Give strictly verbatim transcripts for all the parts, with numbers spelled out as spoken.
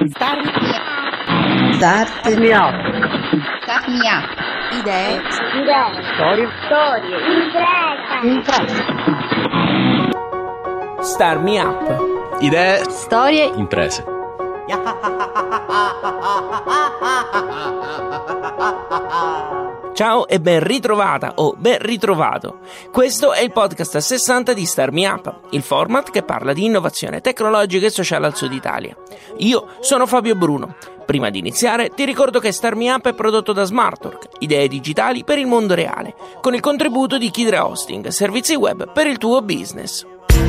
Start Start me up. Start me up. Idee. Idee. Storie. Storie. Imprese. Imprese. Start me up. Idee. Storie. Imprese. Ciao e ben ritrovata o ben ritrovato. Questo è il podcast a sessanta di Start Me Up, il format che parla di innovazione tecnologica e sociale al Sud Italia. Io sono Fabio Bruno. Prima di iniziare ti ricordo che Start Me Up è prodotto da Smartwork, idee digitali per il mondo reale, con il contributo di Kidra Hosting, servizi web per il tuo business.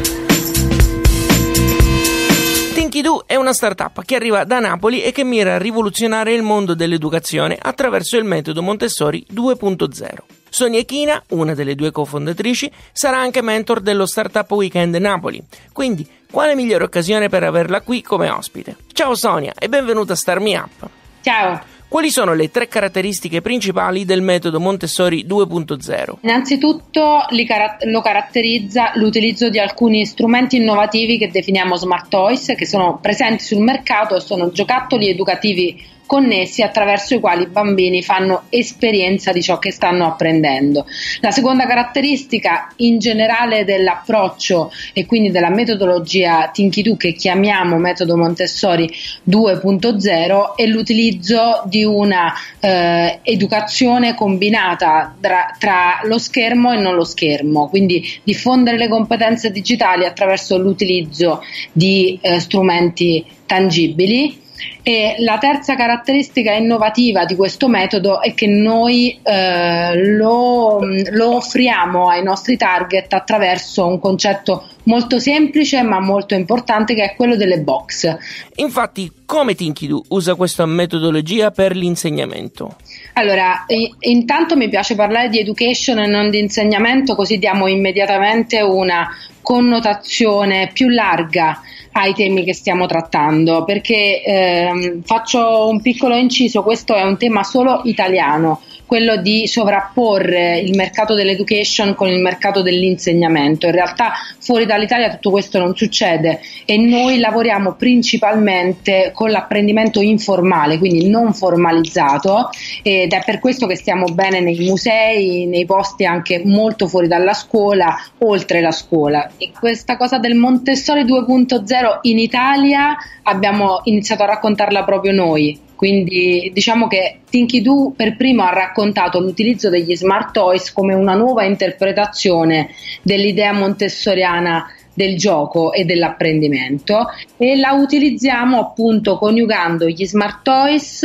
Thinkidoo è una startup che arriva da Napoli e che mira a rivoluzionare il mondo dell'educazione attraverso il metodo Montessori due punto zero. Sonia China, una delle due cofondatrici, sarà anche mentor dello Startup Weekend Napoli, quindi quale migliore occasione per averla qui come ospite? Ciao Sonia e benvenuta a Start Me Up. Ciao. Quali sono le tre caratteristiche principali del metodo Montessori due punto zero? Innanzitutto li car- lo caratterizza l'utilizzo di alcuni strumenti innovativi che definiamo smart toys, che sono presenti sul mercato e sono giocattoli educativi connessi attraverso i quali i bambini fanno esperienza di ciò che stanno apprendendo. La seconda caratteristica in generale dell'approccio e quindi della metodologia Thinkidoo, che chiamiamo metodo Montessori due punto zero, è l'utilizzo di una eh, educazione combinata tra, tra lo schermo e non lo schermo, quindi diffondere le competenze digitali attraverso l'utilizzo di eh, strumenti tangibili. E la terza caratteristica innovativa di questo metodo è che noi eh, lo, lo offriamo ai nostri target attraverso un concetto molto semplice ma molto importante, che è quello delle box. Infatti, come Thinkidoo usa questa metodologia per l'insegnamento? Allora, i- intanto mi piace parlare di education e non di insegnamento, così diamo immediatamente una connotazione più larga ai temi che stiamo trattando, perché ehm, faccio un piccolo inciso: questo è un tema solo italiano, quello di sovrapporre il mercato dell'education con il mercato dell'insegnamento. In realtà fuori dall'Italia tutto questo non succede e noi lavoriamo principalmente con l'apprendimento informale, quindi non formalizzato, ed è per questo che stiamo bene nei musei, nei posti anche molto fuori dalla scuola, oltre la scuola. E questa cosa del Montessori due punto zero in Italia abbiamo iniziato a raccontarla proprio noi. Quindi diciamo che Thinkidoo per primo ha raccontato l'utilizzo degli smart toys come una nuova interpretazione dell'idea montessoriana del gioco e dell'apprendimento, e la utilizziamo appunto coniugando gli smart toys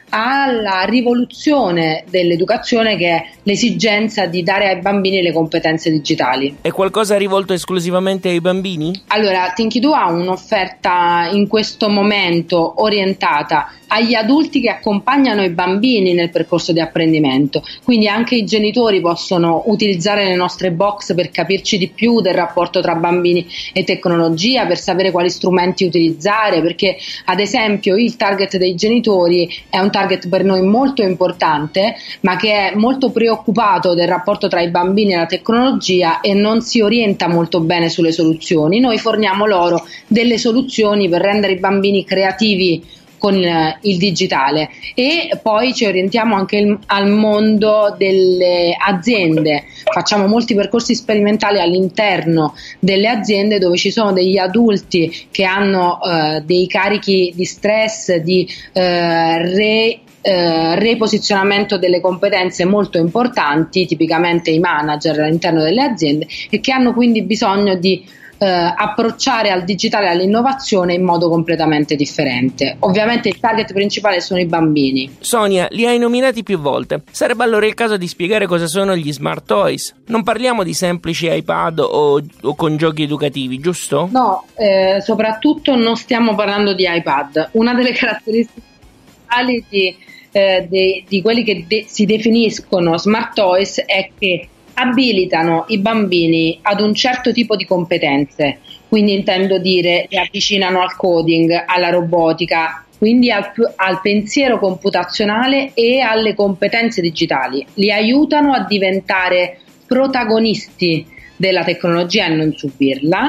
alla rivoluzione dell'educazione, che è l'esigenza di dare ai bambini le competenze digitali. È qualcosa rivolto esclusivamente ai bambini? Allora, Thinkidoo ha un'offerta in questo momento orientata agli adulti che accompagnano i bambini nel percorso di apprendimento, quindi anche i genitori possono utilizzare le nostre box per capirci di più del rapporto tra bambini e tecnologia, per sapere quali strumenti utilizzare, perché ad esempio il target dei genitori è un target per noi molto importante, ma che è molto preoccupato del rapporto tra i bambini e la tecnologia e non si orienta molto bene sulle soluzioni. Noi forniamo loro delle soluzioni per rendere i bambini creativi con il digitale, e poi ci orientiamo anche il, al mondo delle aziende. Facciamo molti percorsi sperimentali all'interno delle aziende dove ci sono degli adulti che hanno eh, dei carichi di stress, di eh, re Eh, reposizionamento delle competenze molto importanti, tipicamente i manager all'interno delle aziende, e che hanno quindi bisogno di eh, approcciare al digitale e all'innovazione in modo completamente differente. Ovviamente il target principale sono i bambini. Sonia, li hai nominati più volte. Sarebbe allora il caso di spiegare cosa sono gli smart toys. Non parliamo di semplici iPad o, o con giochi educativi, giusto? No, eh, soprattutto non stiamo parlando di iPad. Una delle caratteristiche principali di Eh, di, di quelli che de- si definiscono smart toys è che abilitano i bambini ad un certo tipo di competenze, quindi intendo dire li avvicinano al coding, alla robotica, quindi al, al pensiero computazionale e alle competenze digitali, li aiutano a diventare protagonisti della tecnologia e non subirla,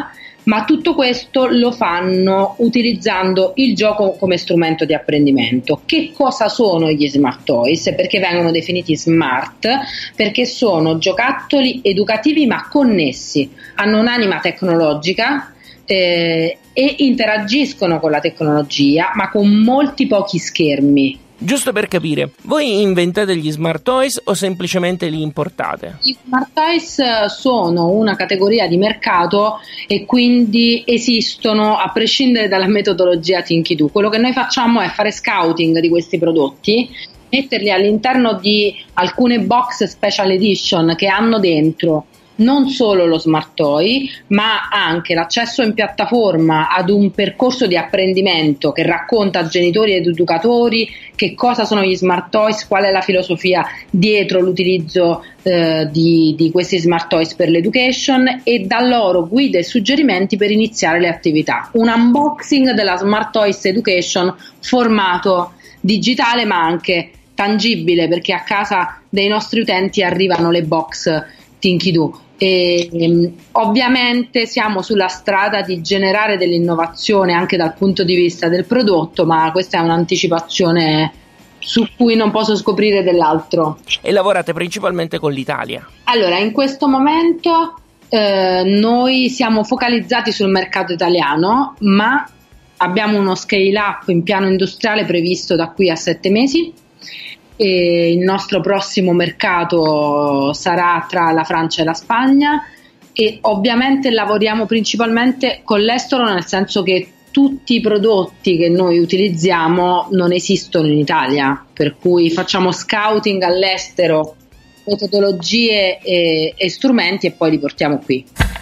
ma tutto questo lo fanno utilizzando il gioco come strumento di apprendimento. Che cosa sono gli smart toys? Perché vengono definiti smart? Perché sono giocattoli educativi ma connessi, hanno un'anima tecnologica eh, e interagiscono con la tecnologia, ma con molti pochi schermi. Giusto per capire, voi inventate gli smart toys o semplicemente li importate? Gli smart toys sono una categoria di mercato e quindi esistono a prescindere dalla metodologia Thinky Do. Quello che noi facciamo è fare scouting di questi prodotti, metterli all'interno di alcune box special edition che hanno dentro non solo lo smart toy, ma anche l'accesso in piattaforma ad un percorso di apprendimento che racconta a genitori ed educatori che cosa sono gli smart toys, qual è la filosofia dietro l'utilizzo eh, di, di questi smart toys per l'education, e dà loro guide e suggerimenti per iniziare le attività. Un unboxing della Smart Toys Education formato digitale ma anche tangibile, perché a casa dei nostri utenti arrivano le box Thinky Do. E, um, ovviamente siamo sulla strada di generare dell'innovazione anche dal punto di vista del prodotto, ma questa è un'anticipazione su cui non posso scoprire dell'altro. E lavorate principalmente con l'Italia? Allora, in questo momento eh, noi siamo focalizzati sul mercato italiano, ma abbiamo uno scale up in piano industriale previsto da qui a sette mesi. E il nostro prossimo mercato sarà tra la Francia e la Spagna, e ovviamente lavoriamo principalmente con l'estero, nel senso che tutti i prodotti che noi utilizziamo non esistono in Italia, per cui facciamo scouting all'estero, metodologie e, e strumenti, e poi li portiamo qui.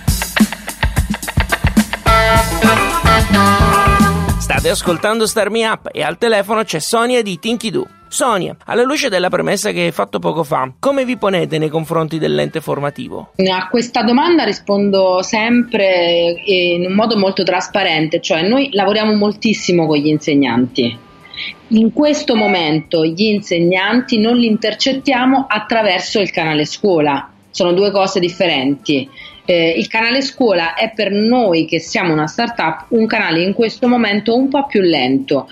State ascoltando Start Me Up e al telefono c'è Sonia di Thinky Do. Sonia, alla luce della premessa che hai fatto poco fa, come vi ponete nei confronti dell'ente formativo? A questa domanda rispondo sempre in un modo molto trasparente, cioè noi lavoriamo moltissimo con gli insegnanti. In questo momento gli insegnanti non li intercettiamo attraverso il canale scuola, sono due cose differenti. Eh, il canale scuola è per noi che siamo una startup un canale in questo momento un po' più lento,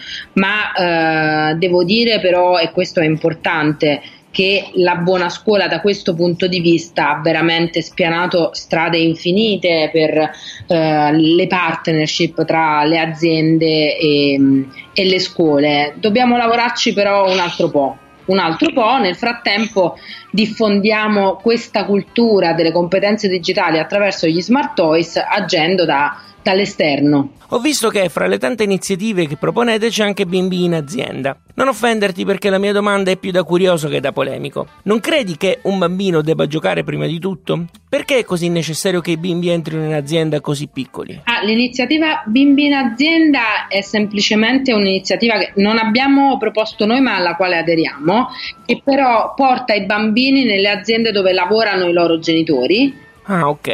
ma eh, devo dire però, e questo è importante, che la buona scuola da questo punto di vista ha veramente spianato strade infinite per eh, le partnership tra le aziende e, e le scuole. Dobbiamo lavorarci però un altro po'. Un altro po', nel frattempo diffondiamo questa cultura delle competenze digitali attraverso gli smart toys, agendo da, dall'esterno. Ho visto che fra le tante iniziative che proponete c'è anche B and B in azienda. Non offenderti, perché la mia domanda è più da curioso che da polemico. Non credi che un bambino debba giocare prima di tutto? Perché è così necessario che i bimbi entrino in azienda così piccoli? Ah, l'iniziativa Bimbi in azienda è semplicemente un'iniziativa che non abbiamo proposto noi, ma alla quale aderiamo, che però porta i bambini nelle aziende dove lavorano i loro genitori. Ah, ok.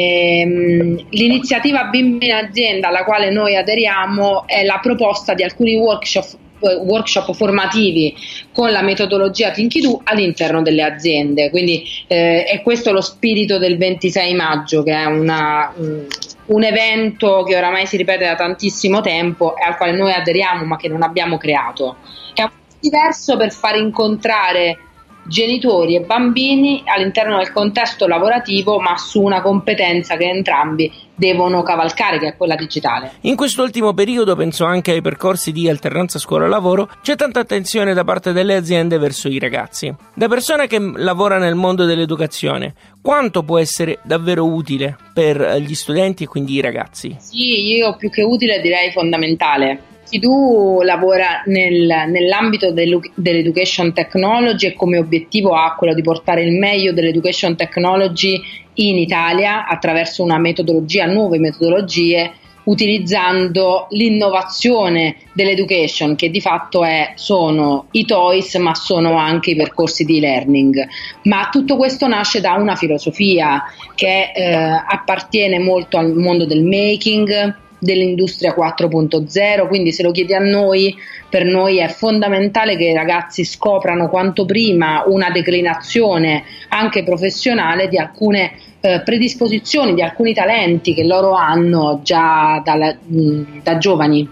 E, l'iniziativa Bimbi in azienda alla quale noi aderiamo è la proposta di alcuni workshop workshop formativi con la metodologia Thinky Do all'interno delle aziende, quindi eh, è questo lo spirito del ventisei maggio, che è una, un, un evento che oramai si ripete da tantissimo tempo e al quale noi aderiamo ma che non abbiamo creato. È un po' diverso per far incontrare genitori e bambini all'interno del contesto lavorativo, ma su una competenza che entrambi devono cavalcare, che è quella digitale. In quest'ultimo periodo, penso anche ai percorsi di alternanza scuola-lavoro, c'è tanta attenzione da parte delle aziende verso i ragazzi. Da persona che lavora nel mondo dell'educazione, quanto può essere davvero utile per gli studenti e quindi i ragazzi? Sì, io più che utile direi fondamentale. Tu lavora nel, nell'ambito dell'education technology e come obiettivo ha quello di portare il meglio dell'education technology in Italia attraverso una metodologia, nuove metodologie, utilizzando l'innovazione dell'education, che di fatto è, sono i toys ma sono anche i percorsi di learning. Ma tutto questo nasce da una filosofia che eh, appartiene molto al mondo del making, dell'industria quattro punto zero, quindi se lo chiedi a noi, per noi è fondamentale che i ragazzi scoprano quanto prima una declinazione anche professionale di alcune eh, predisposizioni, di alcuni talenti che loro hanno già dalla, mh, da giovani.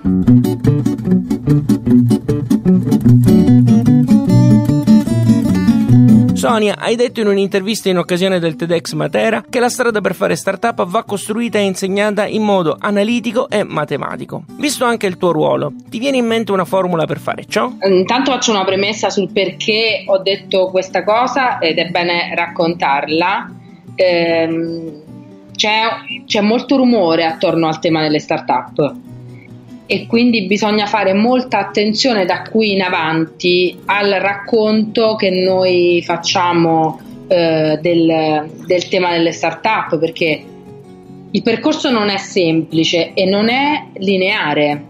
Sonia, hai detto in un'intervista in occasione del TEDx Matera che la strada per fare startup va costruita e insegnata in modo analitico e matematico. Visto anche il tuo ruolo, ti viene in mente una formula per fare ciò? Intanto faccio una premessa sul perché ho detto questa cosa ed è bene raccontarla. Ehm, c'è, c'è molto rumore attorno al tema delle startup e quindi bisogna fare molta attenzione da qui in avanti al racconto che noi facciamo eh, del, del tema delle startup, perché il percorso non è semplice e non è lineare,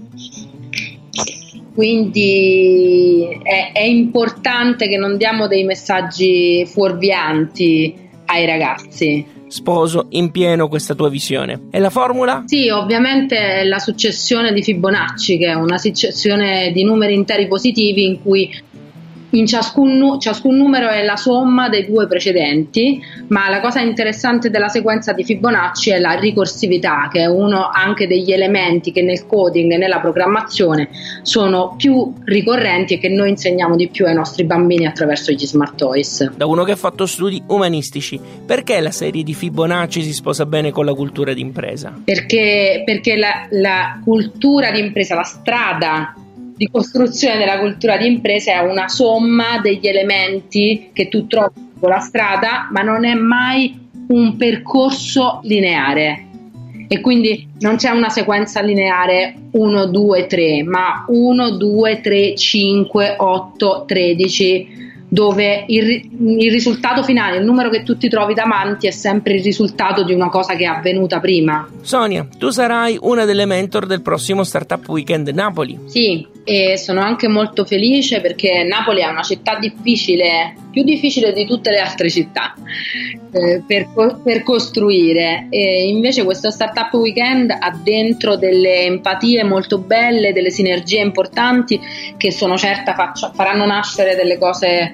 quindi è, è importante che non diamo dei messaggi fuorvianti ai ragazzi. Sposo in pieno questa tua visione. E la formula? Sì, ovviamente è la successione di Fibonacci, che è una successione di numeri interi positivi in cui in ciascun, ciascun numero è la somma dei due precedenti, ma la cosa interessante della sequenza di Fibonacci è la ricorsività, che è uno anche degli elementi che nel coding e nella programmazione sono più ricorrenti e che noi insegniamo di più ai nostri bambini attraverso gli smart toys. Da uno che ha fatto studi umanistici, perché la serie di Fibonacci si sposa bene con la cultura d'impresa? Perché, perché la, la cultura d'impresa, la strada di costruzione della cultura di impresa è una somma degli elementi che tu trovi con la strada, ma non è mai un percorso lineare e quindi non c'è una sequenza lineare uno, due, tre, ma uno, due, tre, cinque, otto, tredici, dove il, il risultato finale, il numero che tu ti trovi davanti, è sempre il risultato di una cosa che è avvenuta prima. Sonia, tu sarai una delle mentor del prossimo Startup Weekend Napoli. Sì, e sono anche molto felice perché Napoli è una città difficile, più difficile di tutte le altre città eh, per, per costruire, e invece questo Startup Weekend ha dentro delle empatie molto belle, delle sinergie importanti che sono certa faccia, faranno nascere delle cose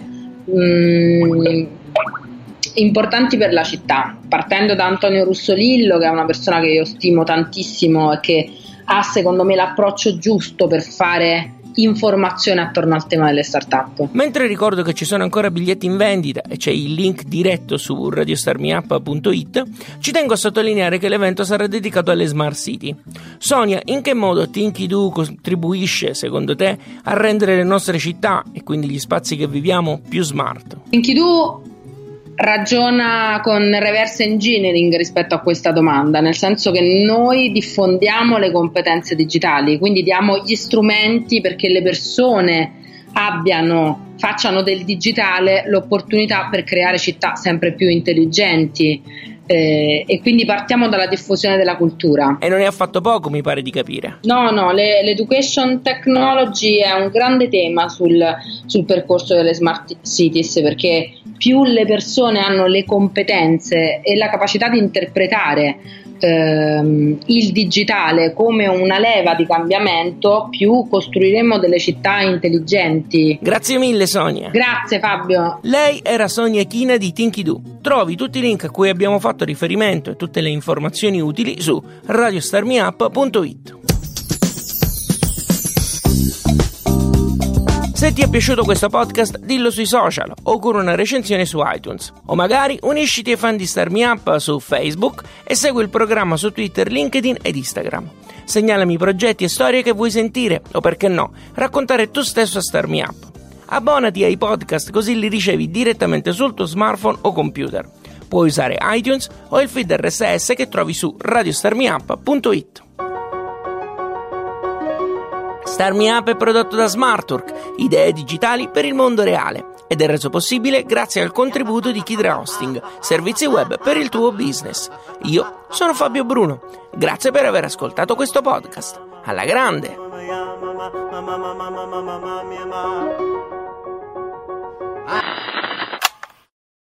mh, importanti per la città, partendo da Antonio Russolillo, che è una persona che io stimo tantissimo e che ha secondo me l'approccio giusto per fare informazione attorno al tema delle startup. Mentre ricordo che ci sono ancora biglietti in vendita e c'è il link diretto su radio star me up punto it, ci tengo a sottolineare che l'evento sarà dedicato alle smart city. Sonia, in che modo Thinkidu contribuisce secondo te a rendere le nostre città e quindi gli spazi che viviamo più smart? Thinkidu ragiona con reverse engineering rispetto a questa domanda, nel senso che noi diffondiamo le competenze digitali, quindi diamo gli strumenti perché le persone abbiano, facciano del digitale l'opportunità per creare città sempre più intelligenti. Eh, e quindi partiamo dalla diffusione della cultura. E non è affatto poco, mi pare di capire. No, no, le, l'education technology è un grande tema sul, sul percorso delle smart cities, perché più le persone hanno le competenze e la capacità di interpretare ehm, il digitale come una leva di cambiamento, più costruiremo delle città intelligenti. Grazie mille Sonia. Grazie Fabio. Lei era Sonia China di Thinkidu. Trovi tutti i link a cui abbiamo fatto riferimento e tutte le informazioni utili su radio star me up punto it. Se ti è piaciuto questo podcast, dillo sui social o con una recensione su iTunes. O magari unisciti ai fan di Star Me Up su Facebook e segui il programma su Twitter, LinkedIn ed Instagram. Segnalami progetti e storie che vuoi sentire o, perché no, raccontare tu stesso a Star Me Up. Abbonati ai podcast così li ricevi direttamente sul tuo smartphone o computer. Puoi usare iTunes o il feed R S S che trovi su radio star me up punto it. Star Me Up è prodotto da Smartwork, idee digitali per il mondo reale, ed è reso possibile grazie al contributo di Kidra Hosting, servizi web per il tuo business. Io sono Fabio Bruno. Grazie per aver ascoltato questo podcast. Alla grande! Ah.